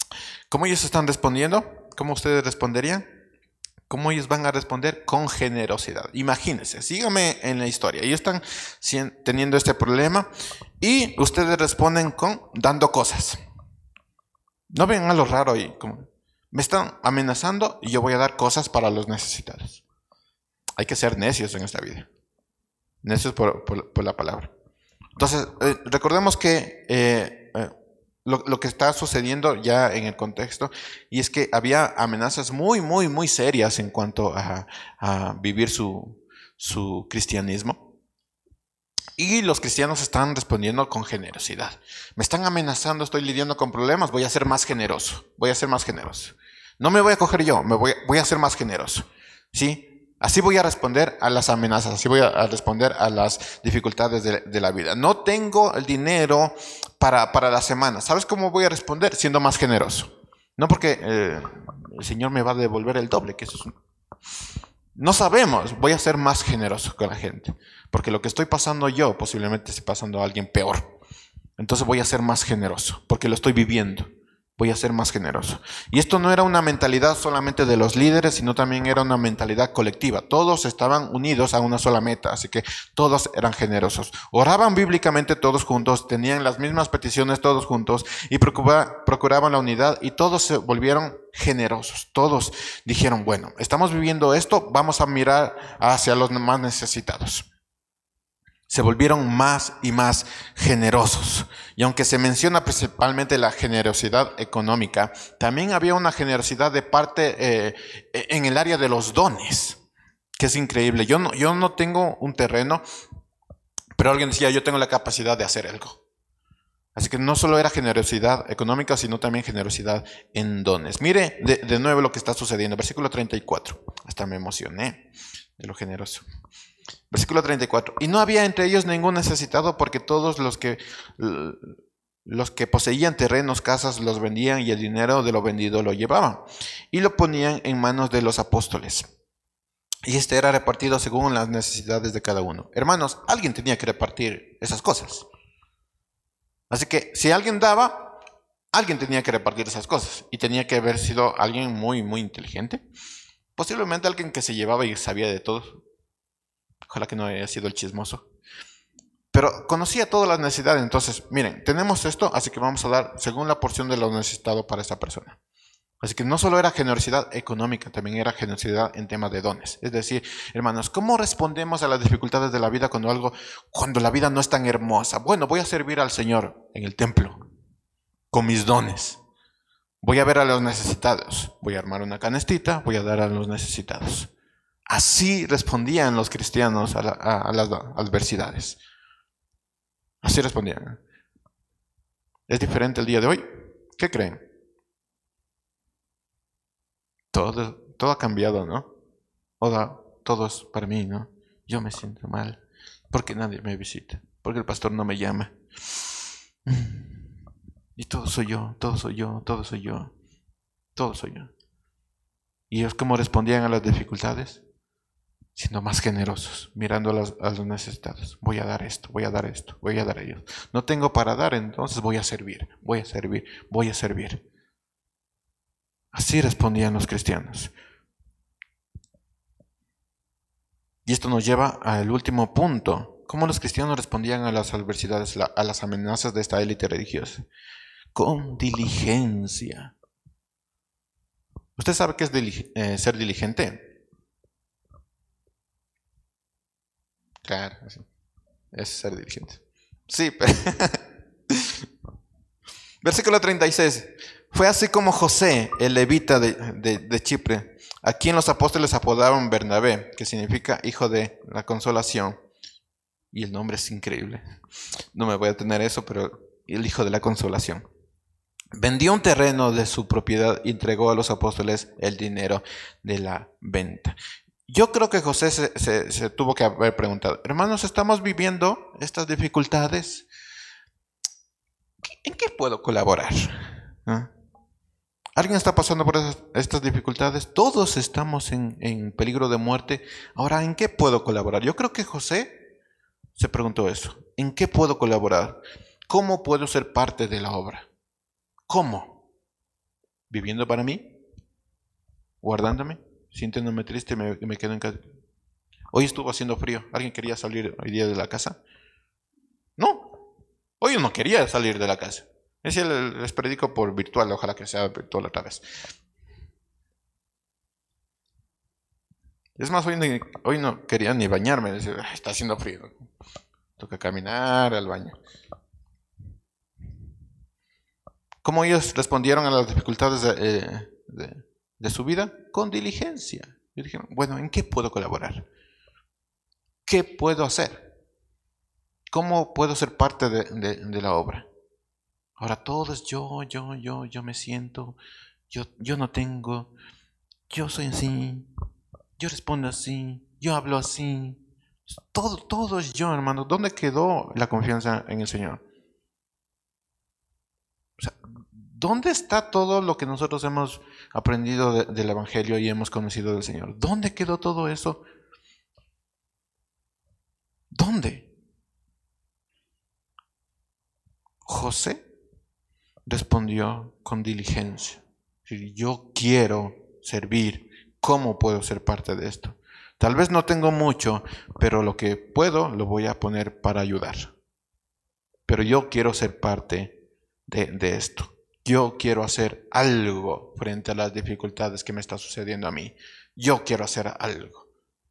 ¿Cómo ellos están respondiendo? ¿Cómo ustedes responderían? ¿Cómo ellos van a responder? Con generosidad. Imagínense, síganme en la historia. Ellos están teniendo este problema y ustedes responden con dando cosas. No ven a lo raro ahí. Como, me están amenazando y yo voy a dar cosas para los necesitados. Hay que ser necios en esta vida. Necios por, por, por la palabra. Entonces, eh, recordemos que eh, eh, lo, lo que está sucediendo ya en el contexto, y es que había amenazas muy, muy, muy serias en cuanto a, a vivir su, su cristianismo. Y los cristianos están respondiendo con generosidad. Me están amenazando, estoy lidiando con problemas, voy a ser más generoso. Voy a ser más generoso. No me voy a coger yo, me voy, voy a ser más generoso. ¿Sí? Así voy a responder a las amenazas, así voy a responder a las dificultades de, de la vida. No tengo el dinero para, para la semana. ¿Sabes cómo voy a responder? Siendo más generoso. No porque eh, el Señor me va a devolver el doble, que eso es un... No sabemos, voy a ser más generoso con la gente. Porque lo que estoy pasando yo, posiblemente esté pasando a alguien peor. Entonces voy a ser más generoso, porque lo estoy viviendo. Voy a ser más generoso. Y esto no era una mentalidad solamente de los líderes, sino también era una mentalidad colectiva. Todos estaban unidos a una sola meta, así que todos eran generosos. Oraban bíblicamente todos juntos, tenían las mismas peticiones todos juntos y procuraban la unidad y todos se volvieron generosos. Todos dijeron, bueno, estamos viviendo esto, vamos a mirar hacia los más necesitados. Se volvieron más y más generosos. Y aunque se menciona principalmente la generosidad económica, también había una generosidad de parte eh, en el área de los dones, que es increíble. Yo no, yo no tengo un terreno, pero alguien decía, yo tengo la capacidad de hacer algo. Así que no solo era generosidad económica, sino también generosidad en dones. Mire de, de nuevo lo que está sucediendo. Versículo treinta y cuatro. Hasta me emocioné de lo generoso. Versículo treinta y cuatro. Y no había entre ellos ningún necesitado, porque todos los que, los que poseían terrenos, casas, los vendían y el dinero de lo vendido lo llevaban y lo ponían en manos de los apóstoles. Y este era repartido según las necesidades de cada uno. Hermanos, alguien tenía que repartir esas cosas. Así que si alguien daba, alguien tenía que repartir esas cosas. Y tenía que haber sido alguien muy, muy inteligente. Posiblemente alguien que se llevaba y sabía de todo. Ojalá que no haya sido el chismoso. Pero conocía todas las necesidades. Entonces, miren, tenemos esto, así que vamos a dar según la porción de lo necesitado para esa persona. Así que no solo era generosidad económica, también era generosidad en tema de dones. Es decir, hermanos, ¿cómo respondemos a las dificultades de la vida cuando algo, cuando la vida no es tan hermosa? Bueno, voy a servir al Señor en el templo con mis dones. Voy a ver a los necesitados. Voy a armar una canastita, voy a dar a los necesitados. Así respondían los cristianos a, la, a, a las adversidades. Así respondían. ¿Es diferente el día de hoy? ¿Qué creen? Todo, todo ha cambiado, ¿no? Ahora, todo es para mí, ¿no? Yo me siento mal porque nadie me visita, porque el pastor no me llama. Y todo soy yo, todo soy yo, todo soy yo, todo soy yo. ¿Y ellos cómo respondían a las dificultades? Siendo más generosos, mirando a los, a los necesitados. Voy a dar esto, voy a dar esto, voy a dar a ellos. No tengo para dar, entonces voy a servir, voy a servir, voy a servir. Así respondían los cristianos. Y esto nos lleva al último punto. ¿Cómo los cristianos respondían a las adversidades, a las amenazas de esta élite religiosa? Con diligencia. ¿Usted sabe qué es dilig- eh, ser diligente? Claro, es ser diligente. Sí, pero... Versículo treinta y seis. Fue así como José, el levita de, de, de Chipre, a quien los apóstoles apodaron Bernabé, que significa hijo de la consolación. Y el nombre es increíble. No me voy a tener eso, pero el hijo de la consolación. Vendió un terreno de su propiedad y entregó a los apóstoles el dinero de la venta. Yo creo que José se, se, se tuvo que haber preguntado, hermanos, ¿estamos viviendo estas dificultades? ¿En qué puedo colaborar? ¿Ah? ¿Alguien está pasando por esas, estas dificultades? Todos estamos en, en peligro de muerte. Ahora, ¿en qué puedo colaborar? Yo creo que José se preguntó eso. ¿En qué puedo colaborar? ¿Cómo puedo ser parte de la obra? ¿Cómo? ¿Viviendo para mí? ¿Guardándome? ¿Sintiéndome triste me, me quedo en casa? Hoy estuvo haciendo frío. ¿Alguien quería salir hoy día de la casa? No. Hoy no quería salir de la casa. Es el, les predico por virtual, ojalá que sea virtual otra vez. Es más, hoy, ni, hoy no quería ni bañarme. Decía, está haciendo frío. Toca caminar al baño. ¿Cómo ellos respondieron a las dificultades de, eh, de, de su vida? Con diligencia. Y dijeron, bueno, ¿en qué puedo colaborar? ¿Qué puedo hacer? ¿Cómo puedo ser parte de, de, de la obra? Ahora todo es yo, yo, yo, yo me siento, yo, yo no tengo, yo soy así, yo respondo así, yo hablo así. Todo, todo es yo, hermano. ¿Dónde quedó la confianza en el Señor? O sea, ¿dónde está todo lo que nosotros hemos aprendido de, del Evangelio y hemos conocido del Señor? ¿Dónde quedó todo eso? ¿Dónde? José respondió con diligencia. Yo quiero servir. ¿Cómo puedo ser parte de esto? Tal vez no tengo mucho, pero lo que puedo lo voy a poner para ayudar. Pero yo quiero ser parte de, de esto. Yo quiero hacer algo frente a las dificultades que me está sucediendo a mí. Yo quiero hacer algo.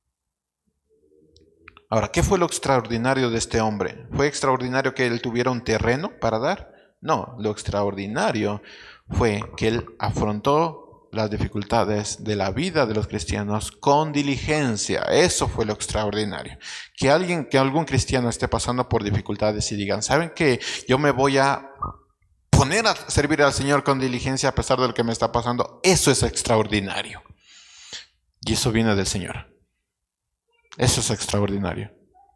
Ahora, ¿qué fue lo extraordinario de este hombre? ¿Fue extraordinario que él tuviera un terreno para dar? No, lo extraordinario fue que él afrontó las dificultades de la vida de los cristianos con diligencia. Eso fue lo extraordinario. Que alguien, que algún cristiano esté pasando por dificultades y digan, ¿saben qué? Yo me voy a poner a servir al Señor con diligencia a pesar de lo que me está pasando. Eso es extraordinario. Y eso viene del Señor. Eso es extraordinario.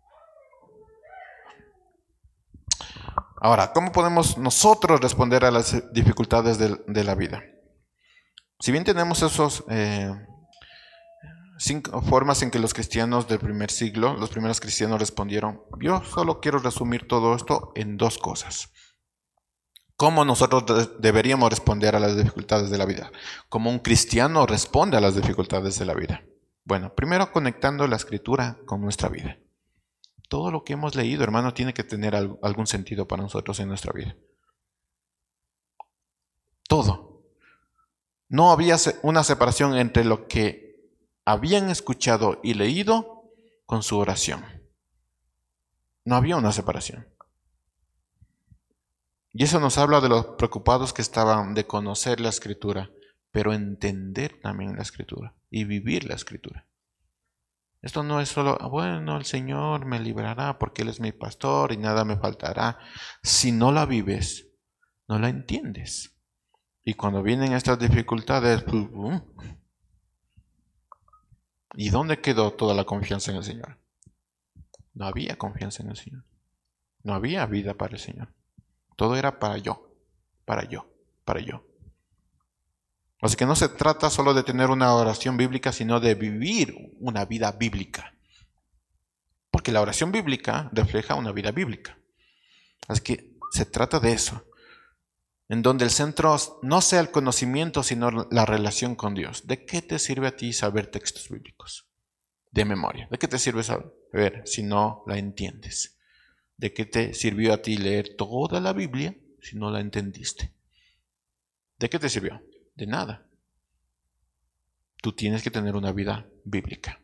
Ahora, ¿cómo podemos nosotros responder a las dificultades de, de la vida? Si bien tenemos esos eh, cinco formas en que los cristianos del primer siglo, los primeros cristianos respondieron, yo solo quiero resumir todo esto en dos cosas. ¿Cómo nosotros de- deberíamos responder a las dificultades de la vida? ¿Cómo un cristiano responde a las dificultades de la vida? Bueno, primero conectando la escritura con nuestra vida. Todo lo que hemos leído, hermano, tiene que tener al- algún sentido para nosotros en nuestra vida. Todo. No había se- una separación entre lo que habían escuchado y leído con su oración. No había una separación. Y eso nos habla de los preocupados que estaban de conocer la escritura, pero entender también la escritura y vivir la escritura. Esto no es solo, bueno, el Señor me librará porque Él es mi pastor y nada me faltará. Si no la vives, no la entiendes. Y cuando vienen estas dificultades, pues, uh, ¿y dónde quedó toda la confianza en el Señor? No había confianza en el Señor. No había vida para el Señor. Todo era para yo, para yo, para yo. Así que no se trata solo de tener una oración bíblica, sino de vivir una vida bíblica. Porque la oración bíblica refleja una vida bíblica. Así que se trata de eso. En donde el centro no sea el conocimiento, sino la relación con Dios. ¿De qué te sirve a ti saber textos bíblicos? De memoria. ¿De qué te sirve saber si no la entiendes? ¿De qué te sirvió a ti leer toda la Biblia si no la entendiste? ¿De qué te sirvió? De nada. Tú tienes que tener una vida bíblica.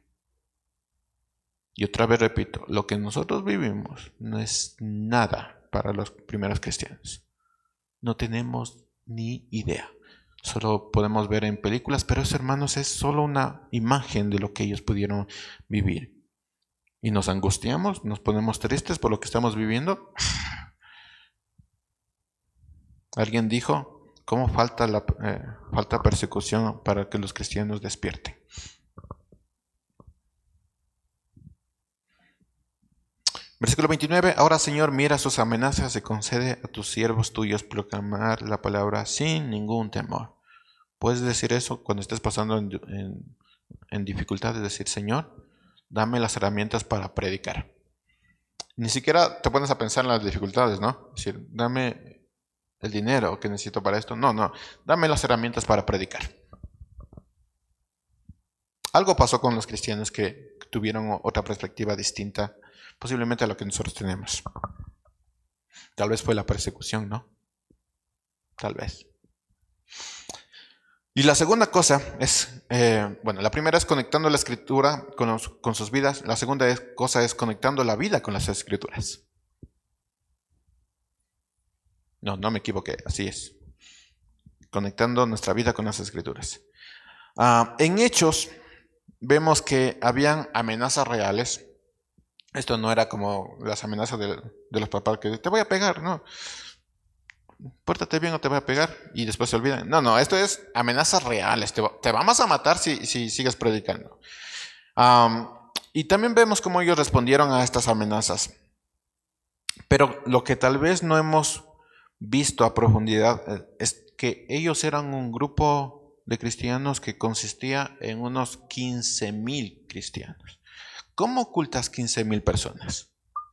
Y otra vez repito, lo que nosotros vivimos no es nada para los primeros cristianos. No tenemos ni idea. Solo podemos ver en películas, pero eso, hermanos, es solo una imagen de lo que ellos pudieron vivir. Y nos angustiamos, nos ponemos tristes por lo que estamos viviendo. Alguien dijo, ¿cómo falta, la, eh, falta persecución para que los cristianos despierten? Versículo veintinueve, ahora Señor, mira sus amenazas y concede a tus siervos tuyos proclamar la palabra sin ningún temor. Puedes decir eso cuando estés pasando en, en, en dificultades, decir, Señor, dame las herramientas para predicar. Ni siquiera te pones a pensar en las dificultades, ¿no? Es decir, dame el dinero que necesito para esto. No, no, dame las herramientas para predicar. Algo pasó con los cristianos que tuvieron otra perspectiva distinta, posiblemente a lo que nosotros tenemos. Tal vez fue la persecución, ¿no? Tal vez. Y la segunda cosa es, eh, bueno, la primera es conectando la escritura con, los, con sus vidas. La segunda es, cosa es conectando la vida con las escrituras. No, no me equivoqué, así es. Conectando nuestra vida con las escrituras. Uh, en Hechos vemos que habían amenazas reales. Esto no era como las amenazas de, de los papás que te voy a pegar, no. Pórtate bien o te voy a pegar y después se olvidan. No, no, esto es amenazas reales. Te, te vamos a matar si, si sigues predicando. Um, y también vemos cómo ellos respondieron a estas amenazas. Pero lo que tal vez no hemos visto a profundidad es que ellos eran un grupo de cristianos que consistía en unos quince mil cristianos. ¿Cómo ocultas quince mil personas?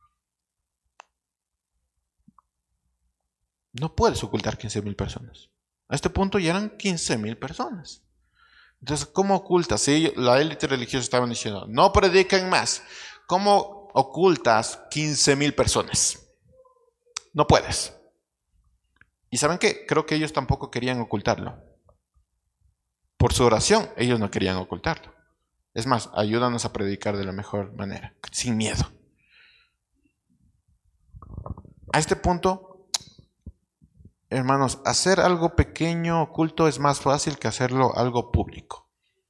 No puedes ocultar quince mil personas. A este punto ya eran quince mil personas. Entonces, ¿cómo ocultas? Si la élite religiosa estaba diciendo, no prediquen más. ¿Cómo ocultas quince mil personas? No puedes. ¿Y saben qué? Creo que ellos tampoco querían ocultarlo. Por su oración, ellos no querían ocultarlo. Es más, ayúdanos a predicar de la mejor manera, sin miedo. A este punto, hermanos, hacer algo pequeño, oculto, es más fácil que hacerlo algo público.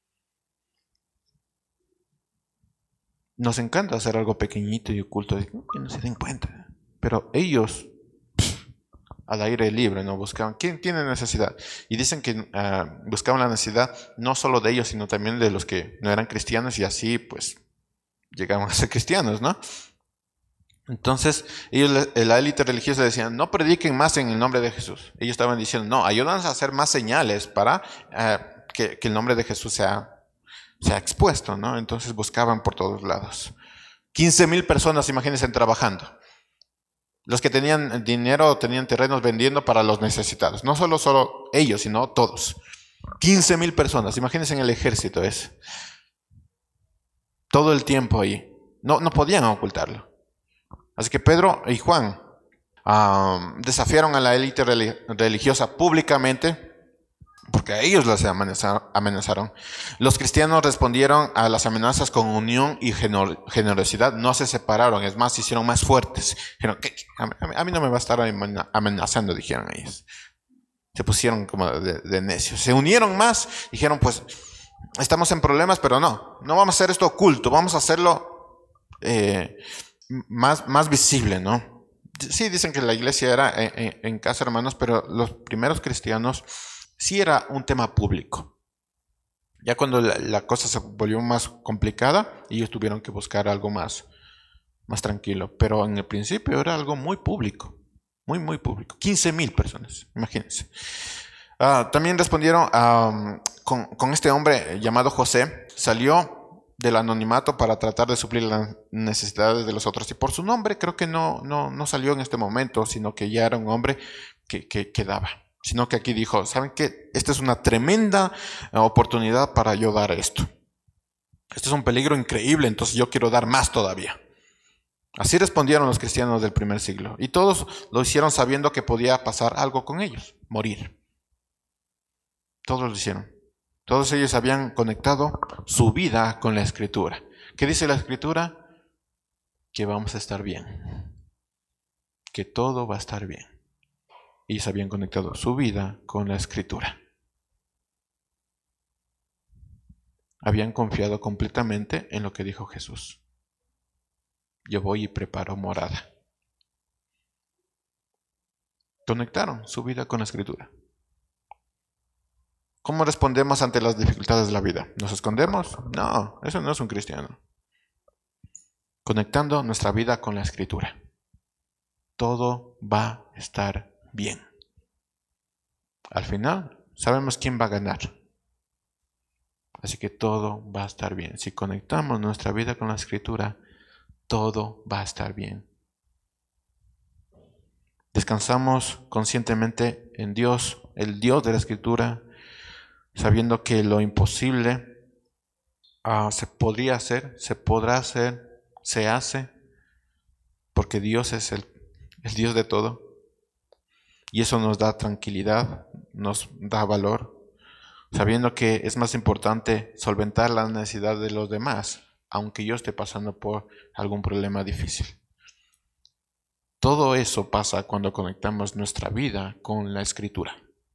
Nos encanta hacer algo pequeñito y oculto, que no se den cuenta. Pero ellos, pff, al aire libre, ¿no? Buscaban, ¿quién tiene necesidad? Y dicen que uh, buscaban la necesidad no solo de ellos, sino también de los que no eran cristianos y así, pues, llegaban a ser cristianos, ¿no? Entonces, ellos, la élite religiosa decían, no prediquen más en el nombre de Jesús. Ellos estaban diciendo, no, ayúdanos a hacer más señales para uh, que, que el nombre de Jesús sea, sea expuesto, ¿no? Entonces buscaban por todos lados. quince mil personas, imagínense, trabajando. Los que tenían dinero tenían terrenos vendiendo para los necesitados. No solo, solo ellos, sino todos. quince mil personas, imagínense en el ejército ese. Todo el tiempo ahí. No, no podían ocultarlo. Así que Pedro y Juan um, desafiaron a la élite religiosa públicamente, porque a ellos las amenazaron. Los cristianos respondieron a las amenazas con unión y generosidad. No se separaron, es más, se hicieron más fuertes. Dijeron, ¿qué? A mí no me va a estar amenazando, dijeron ellos. Se pusieron como de, de necios. Se unieron más, dijeron, pues, estamos en problemas, pero no, no vamos a hacer esto oculto, vamos a hacerlo eh, más, más visible, ¿no? Sí, dicen que la iglesia era en, en, en casa, hermanos, pero los primeros cristianos sí era un tema público. Ya cuando la, la cosa se volvió más complicada, ellos tuvieron que buscar algo más, más tranquilo. Pero en el principio era algo muy público, muy, muy público. quince mil personas, imagínense. Uh, también respondieron um, con, con este hombre llamado José, salió del anonimato para tratar de suplir las necesidades de los otros. Y por su nombre creo que no, no, no salió en este momento, sino que ya era un hombre que, que, que daba. Sino que aquí dijo, ¿saben qué? Esta es una tremenda oportunidad para yo dar esto. Esto es un peligro increíble, entonces yo quiero dar más todavía. Así respondieron los cristianos del primer siglo. Y todos lo hicieron sabiendo que podía pasar algo con ellos, morir. Todos lo hicieron. Todos ellos habían conectado su vida con la Escritura. ¿Qué dice la Escritura? Que vamos a estar bien. Que todo va a estar bien. Ellos habían conectado su vida con la Escritura. Habían confiado completamente en lo que dijo Jesús. Yo voy y preparo morada. Conectaron su vida con la Escritura. ¿Cómo respondemos ante las dificultades de la vida? ¿Nos escondemos? No, eso no es un cristiano. Conectando nuestra vida con la Escritura. Todo va a estar bien. Al final, sabemos quién va a ganar. Así que todo va a estar bien. Si conectamos nuestra vida con la Escritura, todo va a estar bien. Descansamos conscientemente en Dios, el Dios de la Escritura, sabiendo que lo imposible uh, se podría hacer, se podrá hacer, se hace, porque Dios es el, el Dios de todo. Y eso nos da tranquilidad, nos da valor, sabiendo que es más importante solventar la necesidad de los demás, aunque yo esté pasando por algún problema difícil. Todo eso pasa cuando conectamos nuestra vida con la Escritura.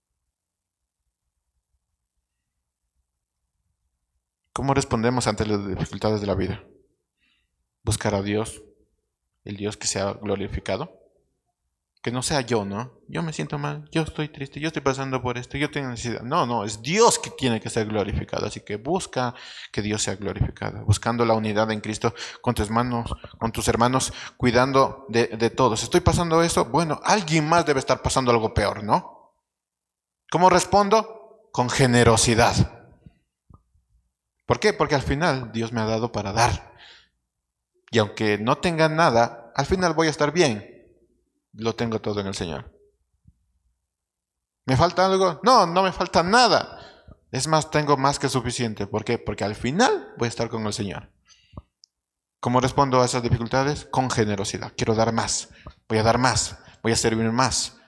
¿Cómo respondemos ante las dificultades de la vida? Buscar a Dios, el Dios que sea glorificado. Que no sea yo, ¿no? Yo me siento mal, yo estoy triste, yo estoy pasando por esto, yo tengo necesidad. No, no, es Dios que tiene que ser glorificado. Así que busca que Dios sea glorificado. Buscando la unidad en Cristo con tus hermanos, con tus hermanos, cuidando de, de todos. Estoy pasando eso, bueno, alguien más debe estar pasando algo peor, ¿no? ¿Cómo respondo? Con generosidad. ¿Por qué? Porque al final Dios me ha dado para dar. Y aunque no tenga nada, al final voy a estar bien. Lo tengo todo en el Señor. ¿Me falta algo? No, no me falta nada. Es más, tengo más que suficiente. ¿Por qué? Porque al final voy a estar con el Señor. ¿Cómo respondo a esas dificultades? Con generosidad. Quiero dar más. Voy a dar más. Voy a servir más.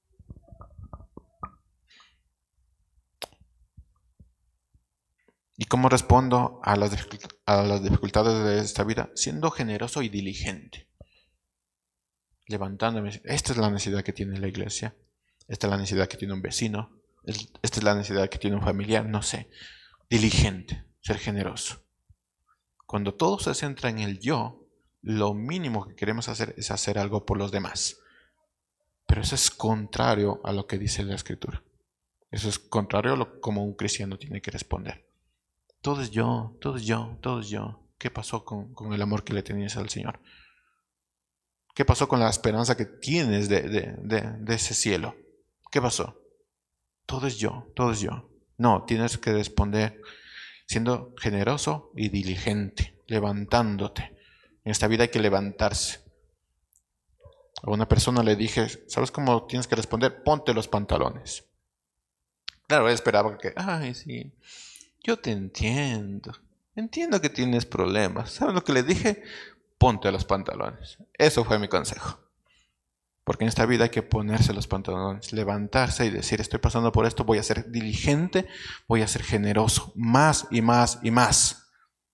¿Y cómo respondo a las, a las dificultades de esta vida? Siendo generoso y diligente. Levantándome. Esta es la necesidad que tiene la iglesia. Esta es la necesidad que tiene un vecino. Esta es la necesidad que tiene un familiar. No sé. Diligente. Ser generoso. Cuando todo se centra en el yo, lo mínimo que queremos hacer es hacer algo por los demás. Pero eso es contrario a lo que dice la Escritura. Eso es contrario a lo como un cristiano tiene que responder. Todo es yo, todo es yo, todo es yo. ¿Qué pasó con, con el amor que le tenías al Señor? ¿Qué pasó con la esperanza que tienes de, de, de, de ese cielo? ¿Qué pasó? Todo es yo, todo es yo. No, tienes que responder siendo generoso y diligente, levantándote. En esta vida hay que levantarse. A una persona le dije, ¿sabes cómo tienes que responder? Ponte los pantalones. Claro, él esperaba que, ay, sí, yo te entiendo. Entiendo que tienes problemas. ¿Sabes lo que le dije? Ponte los pantalones. Eso fue mi consejo. Porque en esta vida hay que ponerse los pantalones, levantarse y decir, estoy pasando por esto, voy a ser diligente, voy a ser generoso, más y más y más.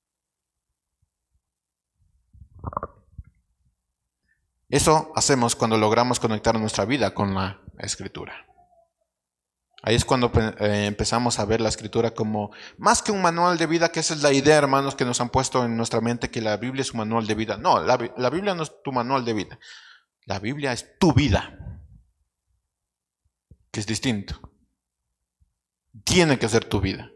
Eso hacemos cuando logramos conectar nuestra vida con la Escritura. Ahí es cuando eh, empezamos a ver la Escritura como más que un manual de vida, que esa es la idea, hermanos, que nos han puesto en nuestra mente, que la Biblia es un manual de vida. No, la, la Biblia no es tu manual de vida. La Biblia es tu vida, que es distinto. Tiene que ser tu vida.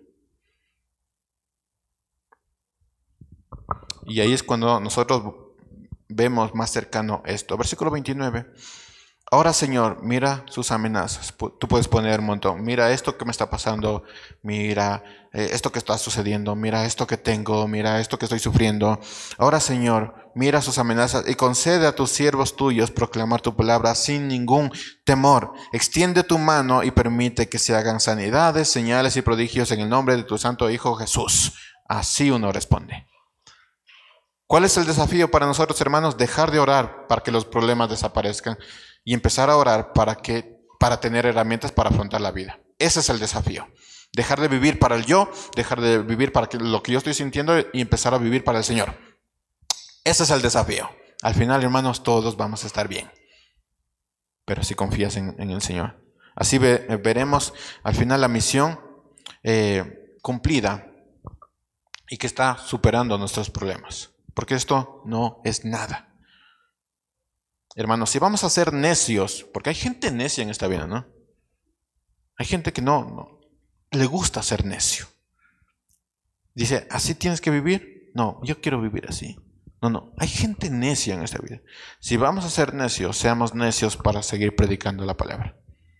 Y ahí es cuando nosotros vemos más cercano esto. Versículo veintinueve. Ahora, Señor, mira sus amenazas. Tú puedes poner un montón. Mira esto que me está pasando. Mira eh, esto que está sucediendo. Mira esto que tengo. Mira esto que estoy sufriendo. Ahora, Señor, mira sus amenazas y concede a tus siervos tuyos proclamar tu palabra sin ningún temor. Extiende tu mano y permite que se hagan sanidades, señales y prodigios en el nombre de tu santo Hijo Jesús. Así uno responde. ¿Cuál es el desafío para nosotros, hermanos? Dejar de orar para que los problemas desaparezcan y empezar a orar para, que, para tener herramientas para afrontar la vida. Ese es el desafío. Dejar de vivir para el yo, dejar de vivir para que, lo que yo estoy sintiendo y empezar a vivir para el Señor. Ese es el desafío. Al final, hermanos, todos vamos a estar bien. Pero si confías en, en el Señor. Así ve, veremos al final la misión eh, cumplida y que está superando nuestros problemas. Porque esto no es nada. Hermanos, si vamos a ser necios, porque hay gente necia en esta vida, ¿no? Hay gente que no, no le gusta ser necio. Dice, ¿así tienes que vivir? No, yo quiero vivir así. No, no, hay gente necia en esta vida. Si vamos a ser necios, seamos necios para seguir predicando la palabra.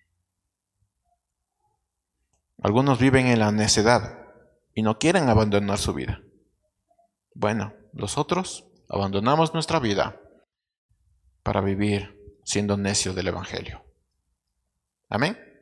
Algunos viven en la necedad y no quieren abandonar su vida. Bueno, los otros abandonamos nuestra vida para vivir siendo necios del Evangelio. Amén.